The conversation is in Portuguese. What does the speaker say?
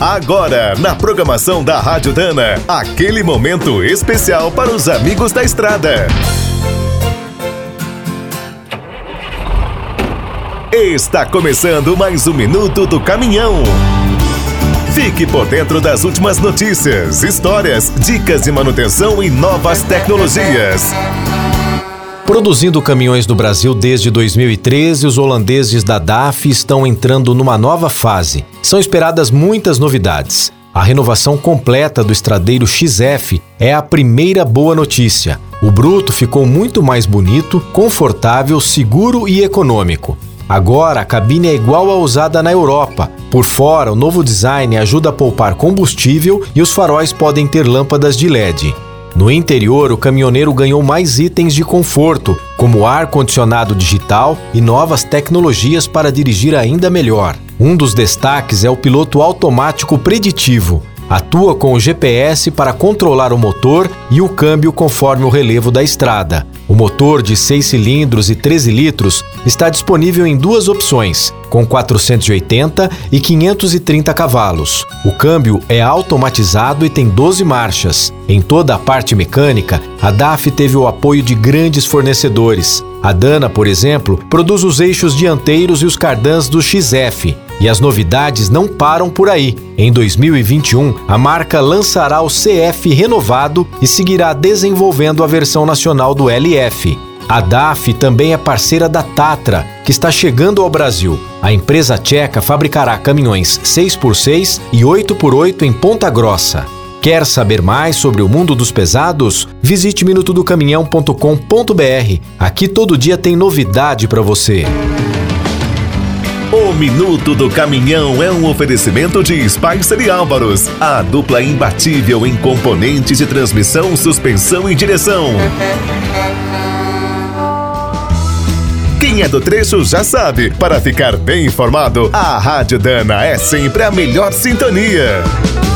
Agora, na programação da Rádio Dana, aquele momento especial para os amigos da estrada. Está começando mais um Minuto do Caminhão. Fique por dentro das últimas notícias, histórias, dicas de manutenção e novas tecnologias. Produzindo caminhões no Brasil desde 2013, os holandeses da DAF estão entrando numa nova fase. São esperadas muitas novidades. A renovação completa do estradeiro XF é a primeira boa notícia. O bruto ficou muito mais bonito, confortável, seguro e econômico. Agora, a cabine é igual à usada na Europa. Por fora, o novo design ajuda a poupar combustível e os faróis podem ter lâmpadas de LED. No interior, o caminhoneiro ganhou mais itens de conforto, como ar-condicionado digital e novas tecnologias para dirigir ainda melhor. Um dos destaques é o piloto automático preditivo. Atua com o GPS para controlar o motor e o câmbio conforme o relevo da estrada. O motor de 6 cilindros e 13 litros está disponível em duas opções, com 480 e 530 cavalos. O câmbio é automatizado e tem 12 marchas. Em toda a parte mecânica, a DAF teve o apoio de grandes fornecedores. A Dana, por exemplo, produz os eixos dianteiros e os cardãs do XF. E as novidades não param por aí. Em 2021, a marca lançará o CF renovado e seguirá desenvolvendo a versão nacional do LF. A DAF também é parceira da Tatra, que está chegando ao Brasil. A empresa tcheca fabricará caminhões 6x6 e 8x8 em Ponta Grossa. Quer saber mais sobre o mundo dos pesados? Visite minutodocaminhão.com.br. Aqui todo dia tem novidade para você. O Minuto do Caminhão é um oferecimento de Spicer e Álvaros, a dupla imbatível em componentes de transmissão, suspensão e direção. Quem é do trecho já sabe, para ficar bem informado, a Rádio Dana é sempre a melhor sintonia.